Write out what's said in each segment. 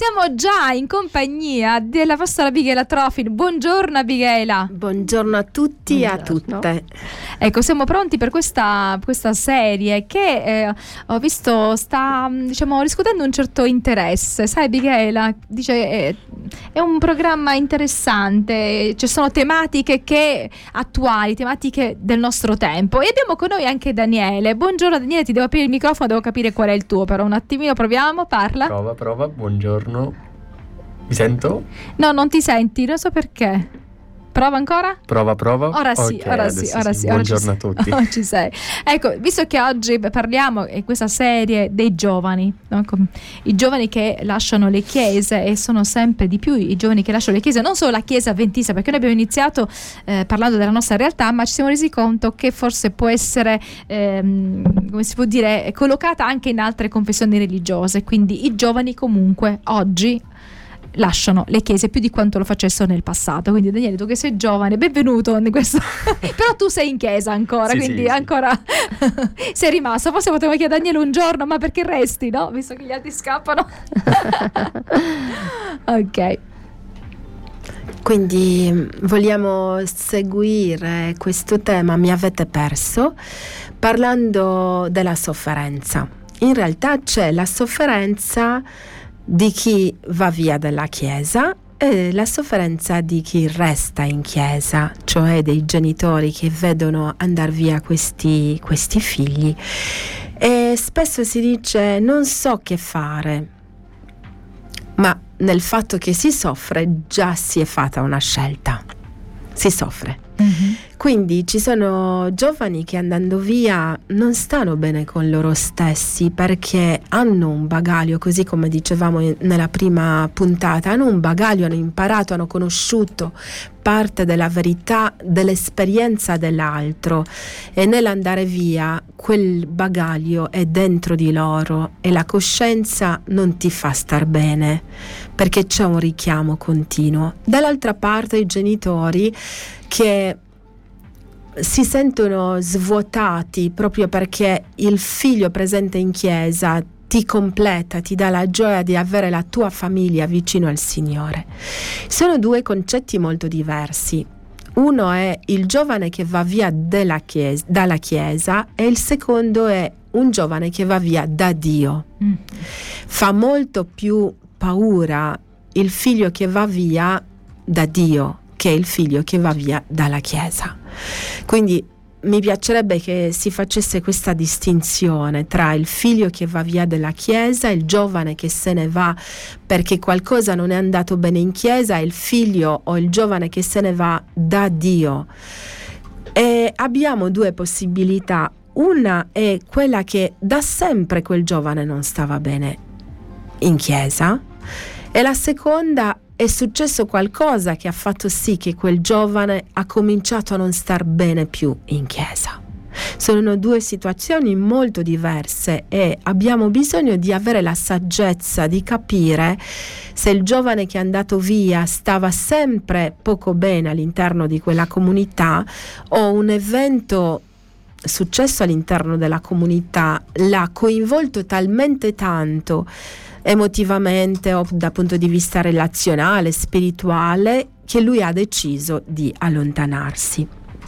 Siamo già in compagnia della pastora Abigail Trofim. Buongiorno Abigail. Buongiorno a tutti e a tutte. Ecco, siamo pronti per questa serie che ho visto sta riscuotendo un certo interesse. Sai Abigail, dice è un programma interessante, ci sono tematiche attuali, tematiche del nostro tempo, e abbiamo con noi anche Daniele. Buongiorno Daniele, ti devo aprire il microfono, devo capire qual è il tuo, però un attimino proviamo, parla. Prova, buongiorno. Mi sento? No, non ti senti, non so perché. Prova ancora? Prova. Ora sì. Buongiorno a tutti. Ci sei. Ecco, visto che oggi parliamo in questa serie dei giovani, no? I giovani che lasciano le chiese, e sono sempre di più i giovani che lasciano le chiese, non solo la chiesa avventista, perché noi abbiamo iniziato parlando della nostra realtà, ma ci siamo resi conto che forse può essere, come si può dire, collocata anche in altre confessioni religiose. Quindi i giovani comunque oggi lasciano le chiese più di quanto lo facessero nel passato. Quindi Daniele, tu che sei giovane, benvenuto in questo però tu sei in chiesa ancora, sì, quindi sì. ancora sei rimasto. Forse potevo chiedere a Daniele un giorno, ma perché resti, no? Visto che gli altri scappano. Ok. Quindi vogliamo seguire questo tema, mi avete perso, parlando della sofferenza. In realtà c'è la sofferenza di chi va via dalla chiesa e la sofferenza di chi resta in chiesa, cioè dei genitori che vedono andare via questi figli, e spesso si dice non so che fare, ma nel fatto che si soffre già si è fatta una scelta, si soffre. Mm-hmm. Quindi ci sono giovani che andando via non stanno bene con loro stessi, perché hanno un bagaglio, così come dicevamo nella prima puntata, hanno un bagaglio, hanno imparato, hanno conosciuto parte della verità, dell'esperienza dell'altro, e nell'andare via quel bagaglio è dentro di loro e la coscienza non ti fa star bene, perché c'è un richiamo continuo. Dall'altra parte i genitori che si sentono svuotati proprio perché il figlio presente in chiesa ti completa, ti dà la gioia di avere la tua famiglia vicino al Signore. Sono due concetti molto diversi. Uno è il giovane che va via dalla chiesa e il secondo è un giovane che va via da Dio. Fa molto più paura il figlio che va via da Dio che è il figlio che va via dalla chiesa. Quindi mi piacerebbe che si facesse questa distinzione tra il figlio che va via dalla chiesa, il giovane che se ne va perché qualcosa non è andato bene in chiesa, e il figlio o il giovane che se ne va da Dio. E abbiamo due possibilità. Una è quella che da sempre quel giovane non stava bene in chiesa, e la seconda è successo qualcosa che ha fatto sì che quel giovane ha cominciato a non star bene più in chiesa. Sono due situazioni molto diverse e abbiamo bisogno di avere la saggezza di capire se il giovane che è andato via stava sempre poco bene all'interno di quella comunità, o un evento successo all'interno della comunità l'ha coinvolto talmente tanto emotivamente o dal punto di vista relazionale, spirituale, che lui ha deciso di allontanarsi.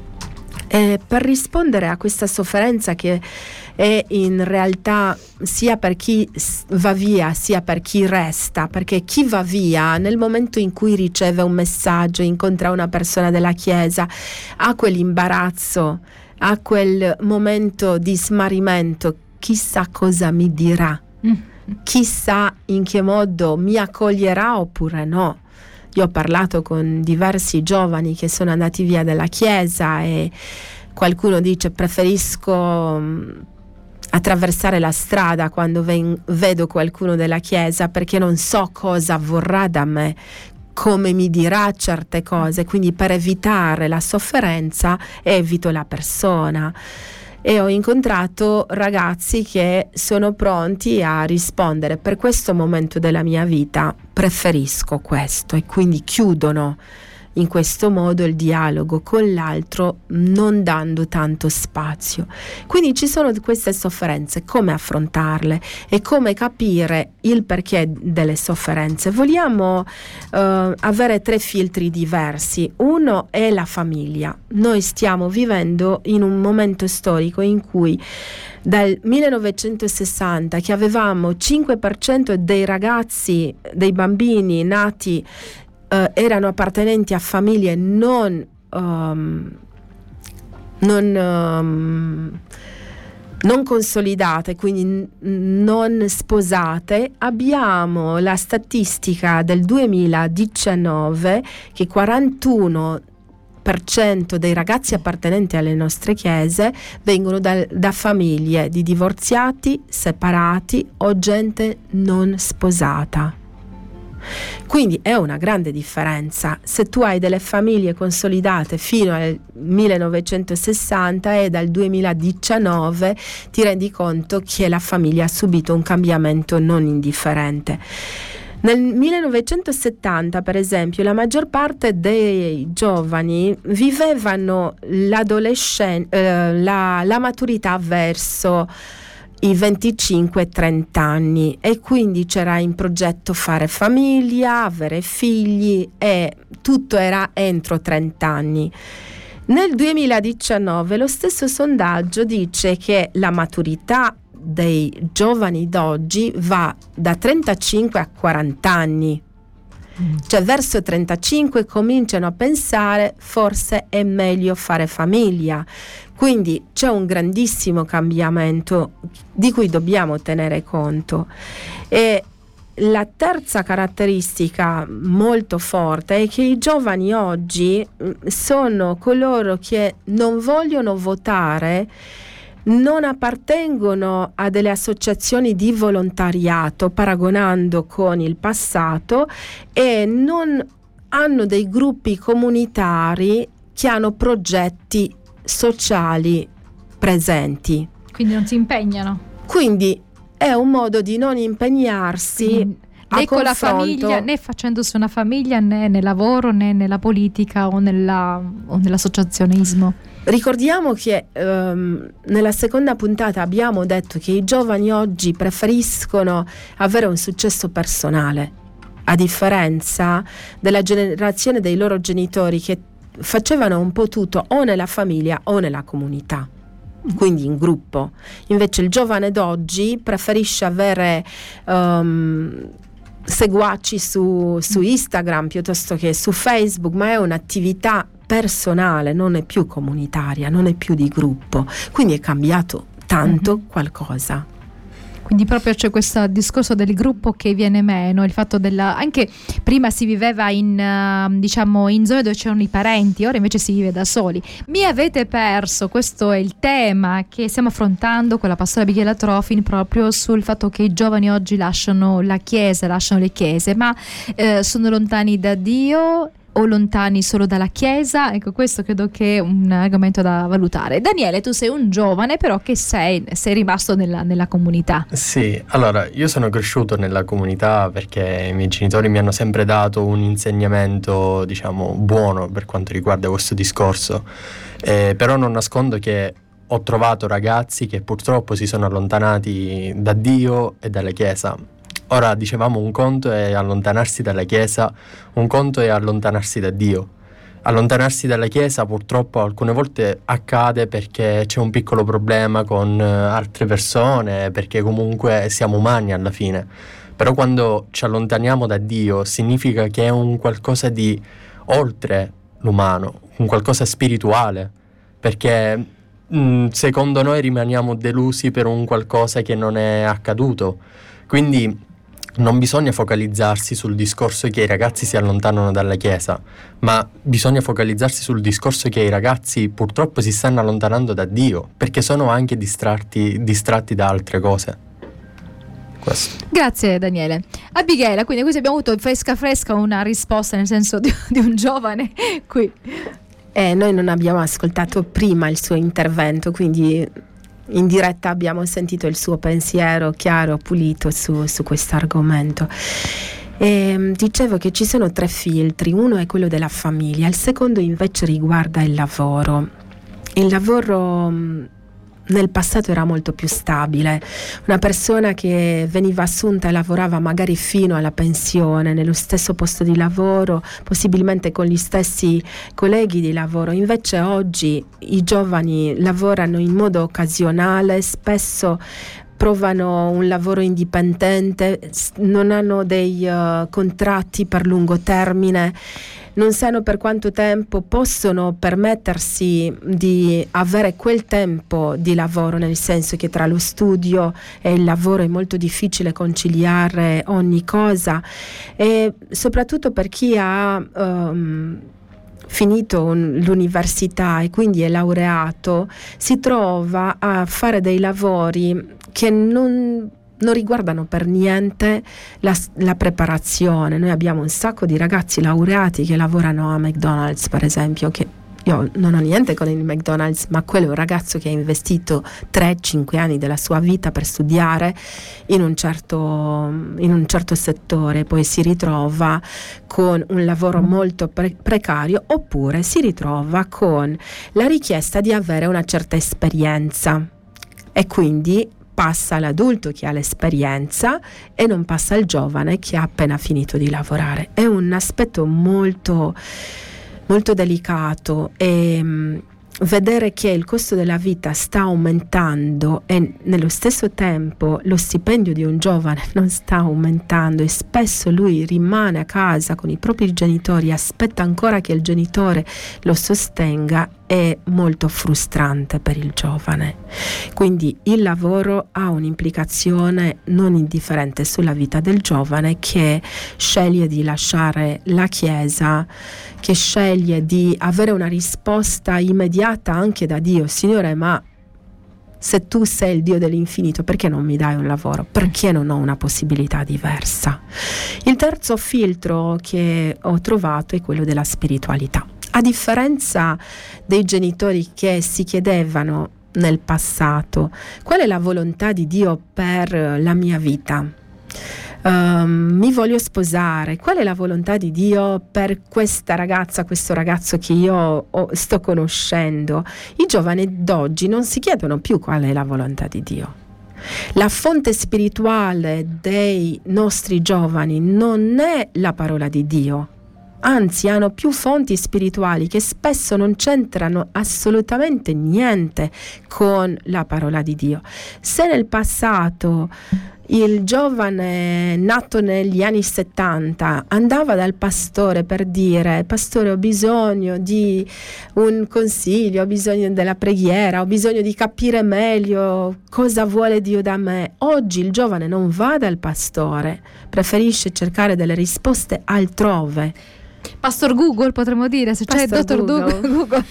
E per rispondere a questa sofferenza, che è in realtà sia per chi va via sia per chi resta, perché chi va via nel momento in cui riceve un messaggio, incontra una persona della chiesa, ha quell'imbarazzo, ha quel momento di smarrimento, chissà cosa mi dirà. Chissà in che modo mi accoglierà oppure no. Io ho parlato con diversi giovani che sono andati via dalla chiesa e qualcuno dice preferisco attraversare la strada quando vedo qualcuno della chiesa, perché non so cosa vorrà da me, come mi dirà certe cose, quindi per evitare la sofferenza evito la persona. E ho incontrato ragazzi che sono pronti a rispondere: per questo momento della mia vita preferisco questo, e quindi chiudono in questo modo il dialogo con l'altro, non dando tanto spazio. Quindi ci sono queste sofferenze, come affrontarle e come capire il perché delle sofferenze. Vogliamo avere 3 filtri diversi. Uno è la famiglia. Noi stiamo vivendo in un momento storico in cui dal 1960, che avevamo 5% dei ragazzi, dei bambini nati erano appartenenti a famiglie non consolidate, quindi non sposate. Abbiamo la statistica del 2019 che 41% dei ragazzi appartenenti alle nostre chiese vengono da famiglie di divorziati, separati o gente non sposata. Quindi è una grande differenza. Se tu hai delle famiglie consolidate fino al 1960 e dal 2019 ti rendi conto che la famiglia ha subito un cambiamento non indifferente. Nel 1970, per esempio, la maggior parte dei giovani vivevano la maturità verso i 25-30 anni e quindi c'era in progetto fare famiglia, avere figli e tutto era entro 30 anni. Nel 2019 lo stesso sondaggio dice che la maturità dei giovani d'oggi va da 35 a 40 anni. Cioè verso 35 cominciano a pensare forse è meglio fare famiglia. Quindi c'è un grandissimo cambiamento di cui dobbiamo tenere conto. E la terza caratteristica molto forte è che i giovani oggi sono coloro che non vogliono votare, non appartengono a delle associazioni di volontariato paragonando con il passato e non hanno dei gruppi comunitari che hanno progetti sociali presenti. Quindi non si impegnano. Quindi è un modo di non impegnarsi né con la famiglia, né facendosi una famiglia, né nel lavoro, né nella politica o nell'associazionismo. Ricordiamo che nella seconda puntata abbiamo detto che i giovani oggi preferiscono avere un successo personale, a differenza della generazione dei loro genitori che facevano un po' tutto o nella famiglia o nella comunità, quindi in gruppo. Invece il giovane d'oggi preferisce avere seguaci su Instagram piuttosto che su Facebook, ma è un'attività personale, non è più comunitaria, non è più di gruppo, quindi è cambiato tanto qualcosa. Quindi proprio c'è questo discorso del gruppo che viene meno, il fatto anche prima si viveva in zone dove c'erano i parenti, ora invece si vive da soli. Mi avete perso, questo è il tema che stiamo affrontando con la pastora Abigail Trofim, proprio sul fatto che i giovani oggi lasciano la chiesa, lasciano le chiese, ma sono lontani da Dio o lontani solo dalla chiesa? Ecco, questo credo che è un argomento da valutare. Daniele, tu sei un giovane però che sei rimasto nella comunità. Sì, allora io sono cresciuto nella comunità perché i miei genitori mi hanno sempre dato un insegnamento, diciamo, buono per quanto riguarda questo discorso, però non nascondo che ho trovato ragazzi che purtroppo si sono allontanati da Dio e dalla chiesa. Ora, dicevamo, un conto è allontanarsi dalla Chiesa, un conto è allontanarsi da Dio. Allontanarsi dalla Chiesa purtroppo alcune volte accade perché c'è un piccolo problema con altre persone, perché comunque siamo umani alla fine. Però quando ci allontaniamo da Dio significa che è un qualcosa di oltre l'umano, un qualcosa spirituale, perché secondo noi rimaniamo delusi per un qualcosa che non è accaduto. Quindi non bisogna focalizzarsi sul discorso che i ragazzi si allontanano dalla Chiesa, ma bisogna focalizzarsi sul discorso che i ragazzi purtroppo si stanno allontanando da Dio, perché sono anche distratti da altre cose. Questo. Grazie Daniele. Abigail, quindi così abbiamo avuto fresca una risposta, nel senso di un giovane qui. Noi non abbiamo ascoltato prima il suo intervento, quindi in diretta abbiamo sentito il suo pensiero chiaro, pulito su questo argomento. E dicevo che ci sono 3 filtri, uno è quello della famiglia, il secondo invece riguarda il lavoro. Il lavoro nel passato era molto più stabile, una persona che veniva assunta e lavorava magari fino alla pensione nello stesso posto di lavoro, possibilmente con gli stessi colleghi di lavoro. Invece oggi i giovani lavorano in modo occasionale, spesso provano un lavoro indipendente, non hanno dei contratti per lungo termine, non sanno per quanto tempo possono permettersi di avere quel tempo di lavoro, nel senso che tra lo studio e il lavoro è molto difficile conciliare ogni cosa, e soprattutto per chi ha finito l'università e quindi è laureato, si trova a fare dei lavori che non riguardano per niente la preparazione. Noi abbiamo un sacco di ragazzi laureati che lavorano a McDonald's, per esempio, che io non ho niente con il McDonald's, ma quello è un ragazzo che ha investito 3-5 anni della sua vita per studiare in un certo settore, poi si ritrova con un lavoro molto precario, oppure si ritrova con la richiesta di avere una certa esperienza, e quindi passa l'adulto che ha l'esperienza e non passa il giovane che ha appena finito di lavorare. È un aspetto molto, molto delicato, e vedere che il costo della vita sta aumentando e nello stesso tempo lo stipendio di un giovane non sta aumentando, e spesso lui rimane a casa con i propri genitori, aspetta ancora che il genitore lo sostenga, è molto frustrante per il giovane. Quindi il lavoro ha un'implicazione non indifferente sulla vita del giovane, che sceglie di lasciare la Chiesa, che sceglie di avere una risposta immediata anche da Dio. Signore, ma se tu sei il Dio dell'infinito, perché non mi dai un lavoro? Perché non ho una possibilità diversa? Il terzo filtro che ho trovato è quello della spiritualità. A differenza dei genitori che si chiedevano nel passato qual è la volontà di Dio per la mia vita, mi voglio sposare, qual è la volontà di Dio per questa ragazza, questo ragazzo che io sto conoscendo, i giovani d'oggi non si chiedono più qual è la volontà di Dio. La fonte spirituale dei nostri giovani non è la parola di Dio, anzi hanno più fonti spirituali che spesso non c'entrano assolutamente niente con la parola di Dio. Se nel passato il giovane nato negli anni 70 andava dal pastore per dire: pastore, ho bisogno di un consiglio, ho bisogno della preghiera, ho bisogno di capire meglio cosa vuole Dio da me. Oggi il giovane non va dal pastore, preferisce cercare delle risposte altrove. Pastor Google, potremmo dire, se c'è il dottor Google.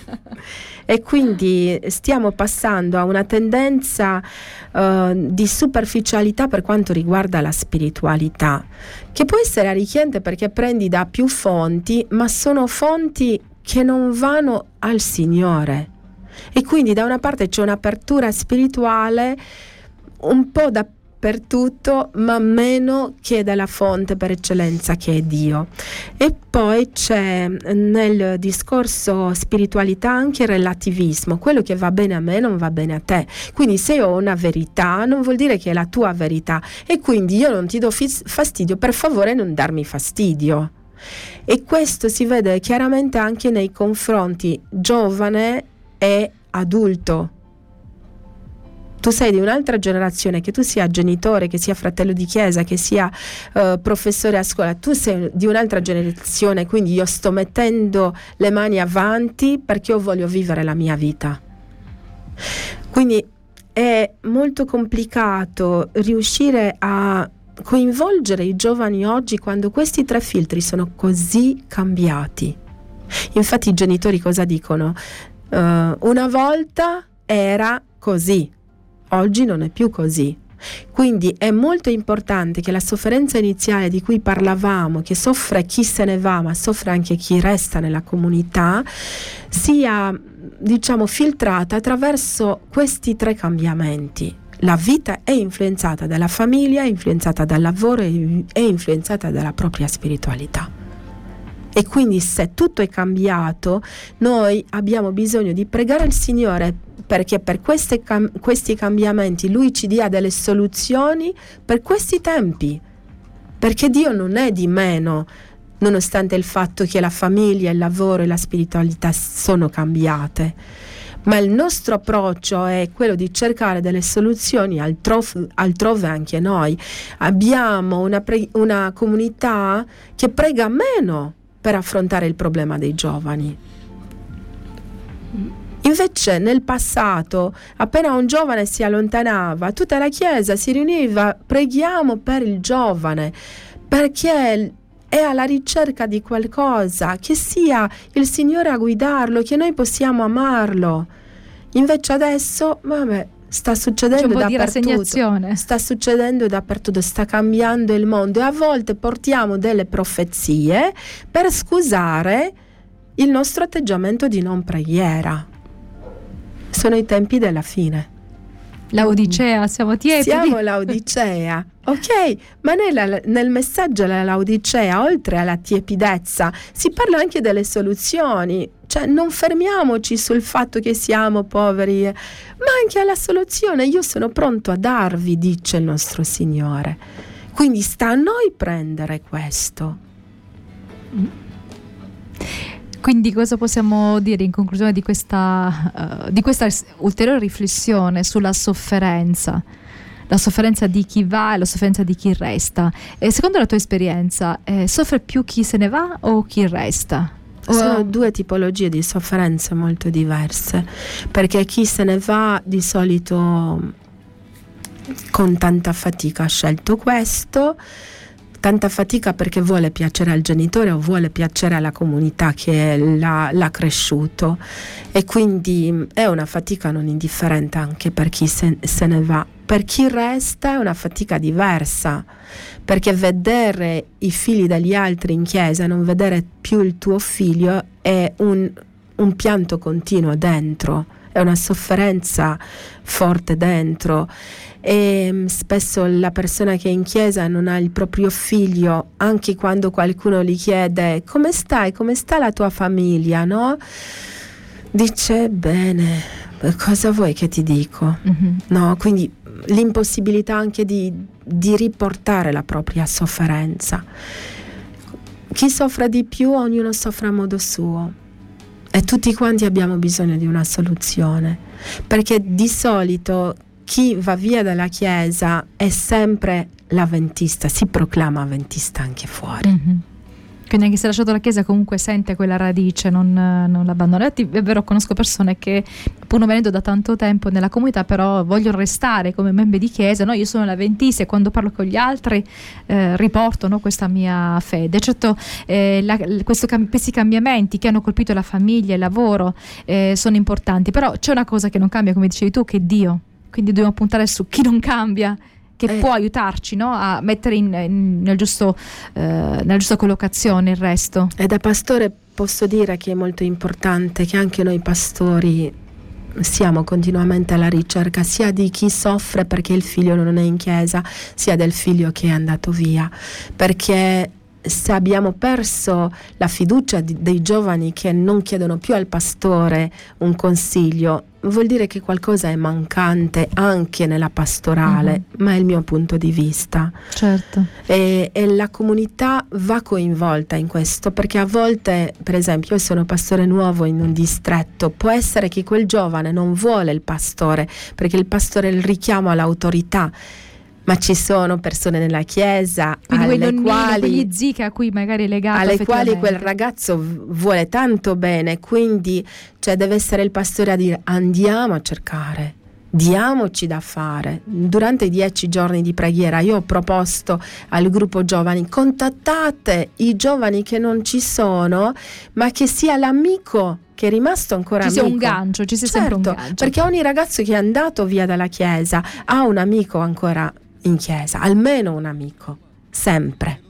E quindi stiamo passando a una tendenza di superficialità per quanto riguarda la spiritualità, che può essere arricchente perché prendi da più fonti, ma sono fonti che non vanno al Signore. E quindi da una parte c'è un'apertura spirituale un po' per tutto, ma meno che dalla fonte per eccellenza, che è Dio. E poi c'è nel discorso spiritualità anche il relativismo: quello che va bene a me non va bene a te, quindi se io ho una verità non vuol dire che è la tua verità, e quindi io non ti do fastidio, per favore non darmi fastidio. E questo si vede chiaramente anche nei confronti giovane e adulto. Tu sei di un'altra generazione, che tu sia genitore, che sia fratello di chiesa, che sia professore a scuola, tu sei di un'altra generazione, quindi io sto mettendo le mani avanti perché io voglio vivere la mia vita. Quindi è molto complicato riuscire a coinvolgere i giovani oggi quando questi 3 filtri sono così cambiati. Infatti i genitori cosa dicono? Una volta era così, oggi non è più così. Quindi è molto importante che la sofferenza iniziale di cui parlavamo, che soffre chi se ne va ma soffre anche chi resta nella comunità, sia, diciamo, filtrata attraverso questi 3 cambiamenti. La vita è influenzata dalla famiglia, è influenzata dal lavoro, è influenzata dalla propria spiritualità. E quindi se tutto è cambiato, noi abbiamo bisogno di pregare il Signore perché per questi cambiamenti Lui ci dia delle soluzioni per questi tempi. Perché Dio non è di meno, nonostante il fatto che la famiglia, il lavoro e la spiritualità sono cambiate. Ma il nostro approccio è quello di cercare delle soluzioni altrove anche noi. Abbiamo una comunità che prega meno per affrontare il problema dei giovani. Invece nel passato, appena un giovane si allontanava, tutta la chiesa si riuniva, preghiamo per il giovane, perché è alla ricerca di qualcosa, che sia il Signore a guidarlo, che noi possiamo amarlo. Invece adesso, sta succedendo dappertutto. Sta succedendo dappertutto, sta cambiando il mondo, e a volte portiamo delle profezie per scusare il nostro atteggiamento di non preghiera. Sono i tempi della fine. Laodicea, siamo tiepidi. Siamo Laodicea, ok? Ma nel messaggio della Laodicea, oltre alla tiepidezza, si parla anche delle soluzioni. Cioè, non fermiamoci sul fatto che siamo poveri, ma anche alla soluzione. Io sono pronto a darvi, dice il nostro Signore. Quindi sta a noi prendere questo. Quindi cosa possiamo dire in conclusione di questa ulteriore riflessione sulla sofferenza? La sofferenza di chi va e la sofferenza di chi resta. E secondo la tua esperienza, soffre più chi se ne va o chi resta? Sono due tipologie di sofferenze molto diverse, perché chi se ne va di solito con tanta fatica ha scelto questo, tanta fatica perché vuole piacere al genitore o vuole piacere alla comunità che l'ha cresciuto, e quindi è una fatica non indifferente anche per chi se ne va. Per chi resta è una fatica diversa, perché vedere i figli degli altri in chiesa e non vedere più il tuo figlio è un pianto continuo dentro, è una sofferenza forte dentro. E spesso la persona che è in chiesa non ha il proprio figlio, anche quando qualcuno gli chiede come stai, come sta la tua famiglia, no? Dice bene, cosa vuoi che ti dico? Mm-hmm. No, quindi l'impossibilità anche di riportare la propria sofferenza. Chi soffre di più, ognuno soffre a modo suo, e tutti quanti abbiamo bisogno di una soluzione, perché di solito chi va via dalla chiesa è sempre l'avventista, si proclama avventista anche fuori. Mm-hmm. Quindi anche se ha lasciato la chiesa comunque sente quella radice, non l'abbandona. È vero, conosco persone che pur non venendo da tanto tempo nella comunità però vogliono restare come membri di chiesa. No, io sono l'avventista e quando parlo con gli altri riporto, no, questa mia fede. Certo, questi cambiamenti che hanno colpito la famiglia e il lavoro sono importanti, però c'è una cosa che non cambia, come dicevi tu, che è Dio. Quindi dobbiamo puntare su chi non cambia, che può aiutarci, no, a mettere nella giusta collocazione il resto. E da pastore posso dire che è molto importante che anche noi pastori siamo continuamente alla ricerca sia di chi soffre perché il figlio non è in chiesa, sia del figlio che è andato via, perché se abbiamo perso la fiducia dei giovani che non chiedono più al pastore un consiglio, vuol dire che qualcosa è mancante anche nella pastorale, ma è il mio punto di vista. Certo. E la comunità va coinvolta in questo, perché a volte, per esempio, io sono pastore nuovo in un distretto, può essere che quel giovane non vuole il pastore, perché il pastore è il richiamo all'autorità. Ma ci sono persone nella chiesa quegli zii a cui magari è legato, alle quali quel ragazzo vuole tanto bene, quindi deve essere il pastore a dire andiamo a cercare, diamoci da fare. Durante i 10 giorni di preghiera io ho proposto al gruppo giovani: contattate i giovani che non ci sono, ma che sia l'amico che è rimasto ancora amico. Ci sia un gancio, ci sia sempre un gancio. Perché ogni ragazzo che è andato via dalla chiesa ha un amico ancora in chiesa, almeno un amico, sempre.